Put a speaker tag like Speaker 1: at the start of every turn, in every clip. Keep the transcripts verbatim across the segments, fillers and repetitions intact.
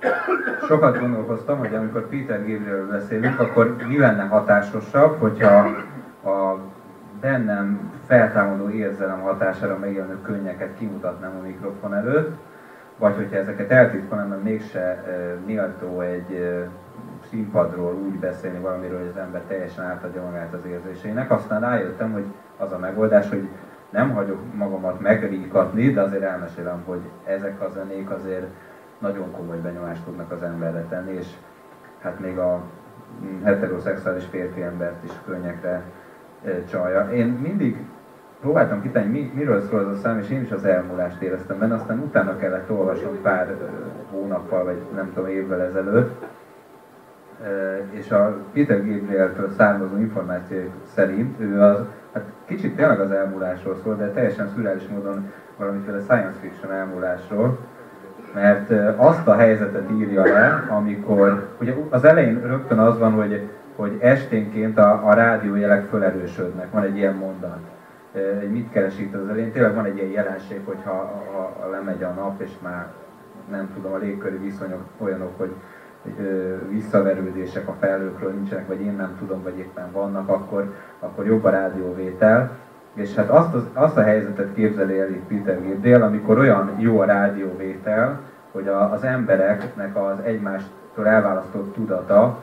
Speaker 1: sokat gondolkoztam, hogy amikor Peter Gabrielről beszélünk, akkor mi lenne hatásosabb, hogyha a bennem feltámadó érzelem hatására megjelenő könnyeket kimutatnám a mikrofon előtt, vagy hogyha ezeket eltitkolnám, mert mégse e, méltó egy e, színpadról úgy beszélni valamiről, hogy az ember teljesen átadja magát az érzéseinek. Aztán rájöttem, hogy az a megoldás, hogy nem hagyok magamat megríkatni, de azért elmesélem, hogy ezek a zenék azért nagyon komoly benyomást tudnak az emberre tenni, és hát még a heteroszexuális férfi embert is könnyekre e, csalja. Én mindig próbáltam kitalálni, mi, miről szól az a szám, és én is az elmúlást éreztem benne, aztán utána kellett olvasnom pár e, hónappal, vagy nem tudom, évvel ezelőtt, e, és a Peter Gabrieltől származó információk szerint ő az, hát kicsit tényleg az elmúlásról szól, de teljesen szürreális módon valamiféle science fiction elmúlásról, mert azt a helyzetet írja le, amikor, ugye az elején rögtön az van, hogy, hogy esténként a, a rádiójelek felerősödnek, van egy ilyen mondat. Mit keres itt az elején? Tényleg van egy ilyen jelenség, hogyha ha, ha lemegy a nap, és már nem tudom, a légköri viszonyok olyanok, hogy visszaverődések a felhőkről nincsenek, vagy én nem tudom, vagy éppen vannak, akkor, akkor jobb a rádióvétel. És hát azt, az, azt a helyzetet képzeli el itt Peter Gabriel, amikor olyan jó a rádióvétel, hogy a, az embereknek az egymástól elválasztott tudata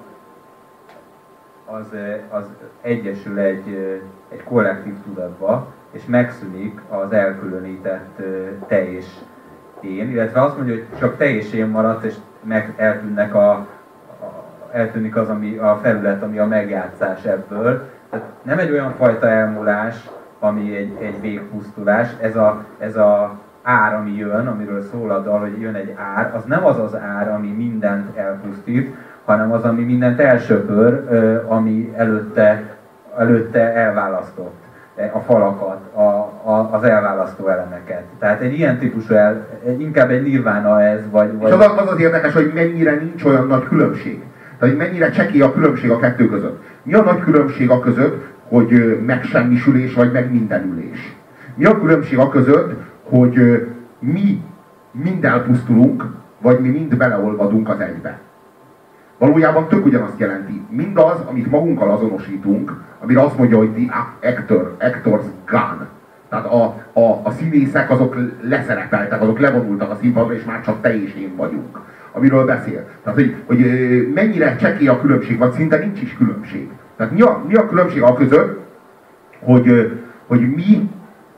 Speaker 1: az, az egyesül egy, egy kollektív tudatba, és megszűnik az elkülönített te és én, illetve azt mondja, hogy csak te és én maradt, és meg eltűnnek a, a, eltűnik az, ami, a felület, ami a megjátszás ebből. Tehát nem egy olyan fajta elmúlás, ami egy, egy végpusztulás, ez a, ez a ár, ami jön, amiről szól a dal, hogy jön egy ár, az nem az az ár, ami mindent elpusztít, hanem az, ami mindent elsöpör, ami előtte, előtte elválasztott a falakat, a, a, az elválasztó elemeket. Tehát egy ilyen típusú, el, inkább egy nirvána ez, vagy... vagy...
Speaker 2: És az, az az érdekes, hogy mennyire nincs olyan nagy különbség. Tehát, hogy mennyire csekély a különbség a kettő között. Mi a nagy különbség a között, hogy megsemmisülés vagy megmindenülés? Mi a különbség a között, hogy mi mind elpusztulunk, vagy mi mind beleolvadunk az egybe? Valójában tök ugyanazt jelenti. Mindaz, amit magunkkal azonosítunk, amire azt mondja, hogy the actor, actor's gun. Tehát a, a, a színészek azok leszerepeltek, azok levonultak a színpadra, és már csak te és én vagyunk. Amiről beszél. Tehát, hogy, hogy mennyire csekély a különbség, vagy szinte nincs is különbség. Tehát mi a, mi a különbség a között, hogy, hogy mi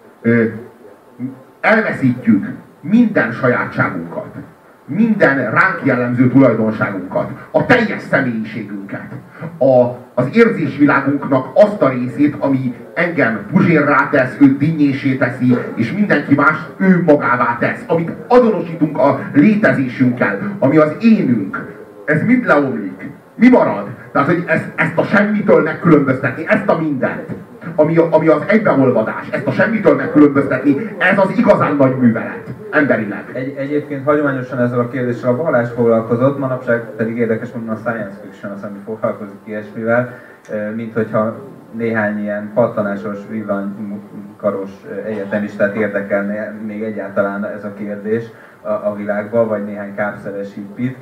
Speaker 2: elveszítjük minden sajátságunkat, minden ránk jellemző tulajdonságunkat, a teljes személyiségünket, a, az érzésvilágunknak azt a részét, ami engem puzsérrá tesz, őt dinnyésé teszi, és mindenki más ő magává tesz, amit azonosítunk a létezésünkkel, ami az énünk, ez mind leomlik. Mi marad? Tehát, hogy ezt, ezt a semmitől megkülönböztetni, ezt a mindent, ami, ami az egybeolvadás, ezt a semmitől megkülönböztetni, ez az igazán nagy művelet, emberileg.
Speaker 1: Egy, egyébként hagyományosan ezzel a kérdéssel a vallás foglalkozott, manapság pedig érdekes mondani a science fiction az, ami foglalkozik ilyesmivel, mint hogyha néhány ilyen pattanásos, villanykaros egyetemistát érdekelne még egyáltalán ez a kérdés a, a világban, vagy néhány kápszeres hippit.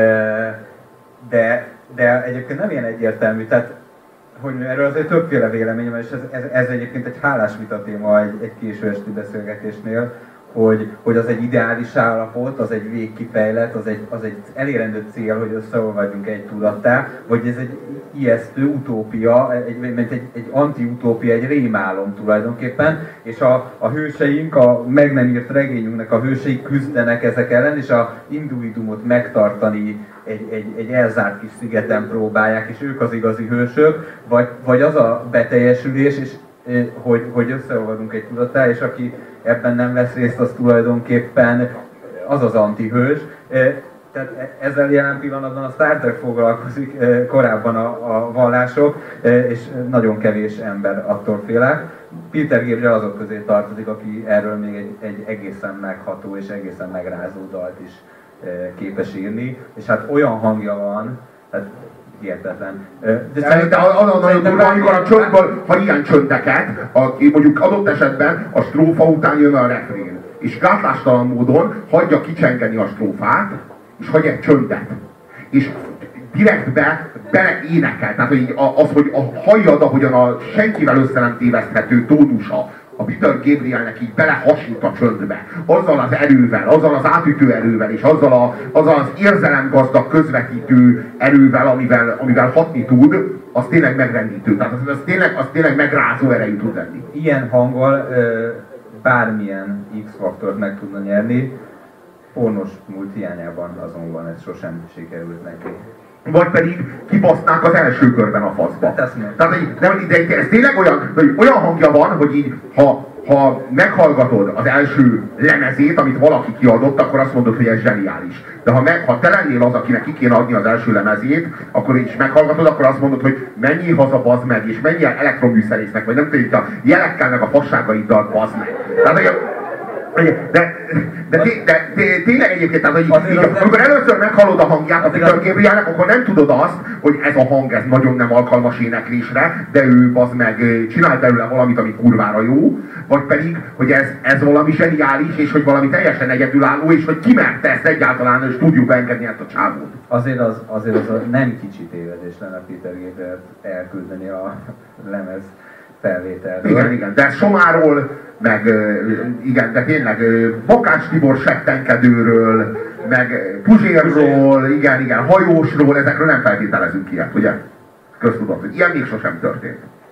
Speaker 1: De, de egyébként nem ilyen egyértelmű, tehát hogy erről azért többféle vélemény van, és ez, ez, ez egyébként egy hálás vitatéma egy, egy késő esti beszélgetésnél, hogy, hogy az egy ideális állapot, az egy végkifejlet, az egy, az egy elérendő cél, hogy összeolvadjunk egy tudattá, vagy ez egy ijesztő utópia, egy, mint egy, egy anti-utópia, egy rémálom tulajdonképpen, és a, a hőseink, a meg nem írt regényünknek a hősei küzdenek ezek ellen, és a individuumot megtartani egy, egy, egy elzárt kis szigeten próbálják, és ők az igazi hősök, vagy, vagy az a beteljesülés, és hogy, hogy összeolvadunk egy tudattá, és aki ebben nem vesz részt, az tulajdonképpen az az antihős. Tehát ezzel jelen pillanatban a Star Trek foglalkozik, korábban a, a vallások, és nagyon kevés ember attól félek. Peter Gabriel azok közé tartozik, aki erről még egy, egy egészen megható és egészen megrázó dalt is képes írni, és hát olyan hangja van, tehát hihetetlen.
Speaker 2: De, de az a nagyon durva, amikor a csöndből, ha ilyen csöndeket, a, mondjuk adott esetben a strófa után jön a refrén, és gátlástalan módon hagyja kicsengeni a strófát, és hagy egy csöndet, és direktbe bele énekel, tehát hogy az, hogy a, halljad, ahogyan a senkivel össze nem téveszthető tónusa a Peter Gabrielnek így belehasít a csöndbe, azzal az erővel, azzal az átütő erővel, és azzal, a, azzal az érzelemgazdag közvetítő erővel, amivel, amivel hatni tud, az tényleg megrendítő. Tehát az, az, tényleg, az tényleg megrázó erejű tud lenni.
Speaker 1: Ilyen hanggal ö, bármilyen X-faktort meg tudna nyerni, pornos múlt hiányában azonban ez sosem sikerült neki.
Speaker 2: Vagy pedig kibasznák az első körben a faszba.
Speaker 1: Hát
Speaker 2: Tehát nem, de ez tényleg olyan, hogy olyan hangja van, hogy így, ha, ha meghallgatod az első lemezét, amit valaki kiadott, akkor azt mondod, hogy ez zseniális. De ha, meg, ha te lennél az, akinek ki kéne adni az első lemezét, akkor is meghallgatod, akkor azt mondod, hogy mennyi haza bazd meg, és mennyi elektroműszerésznek, vagy nem tudom, hogy a jelekkel meg a fasságaiddal bazd meg. Tehát, de, de, de, de, de tényleg egyébként, tehát, hogy így, amikor először meghallod a hangját a Peter Gabrielnek, akkor nem tudod azt, hogy ez a hang ez nagyon nem alkalmas éneklésre, de ő az meg csinál belőle valamit, ami kurvára jó, vagy pedig, hogy ez, ez valami zseniális, és hogy valami teljesen egyedülálló, és hogy kimerte ezt egyáltalán a stúdióba engedni ezt a csávót.
Speaker 1: Azért az, azért az a nem kicsi tévedés lenne Peter Gabrielt elküldeni a lemez felvételről.
Speaker 2: Igen, igen, de Somáról, meg igen, de tényleg Bakács Tibor settenkedőről, meg Puzsérról, igen, igen, hajósról, ezekről nem feltételezünk ilyet, ugye? Köztudott, hogy ilyen még sosem történt.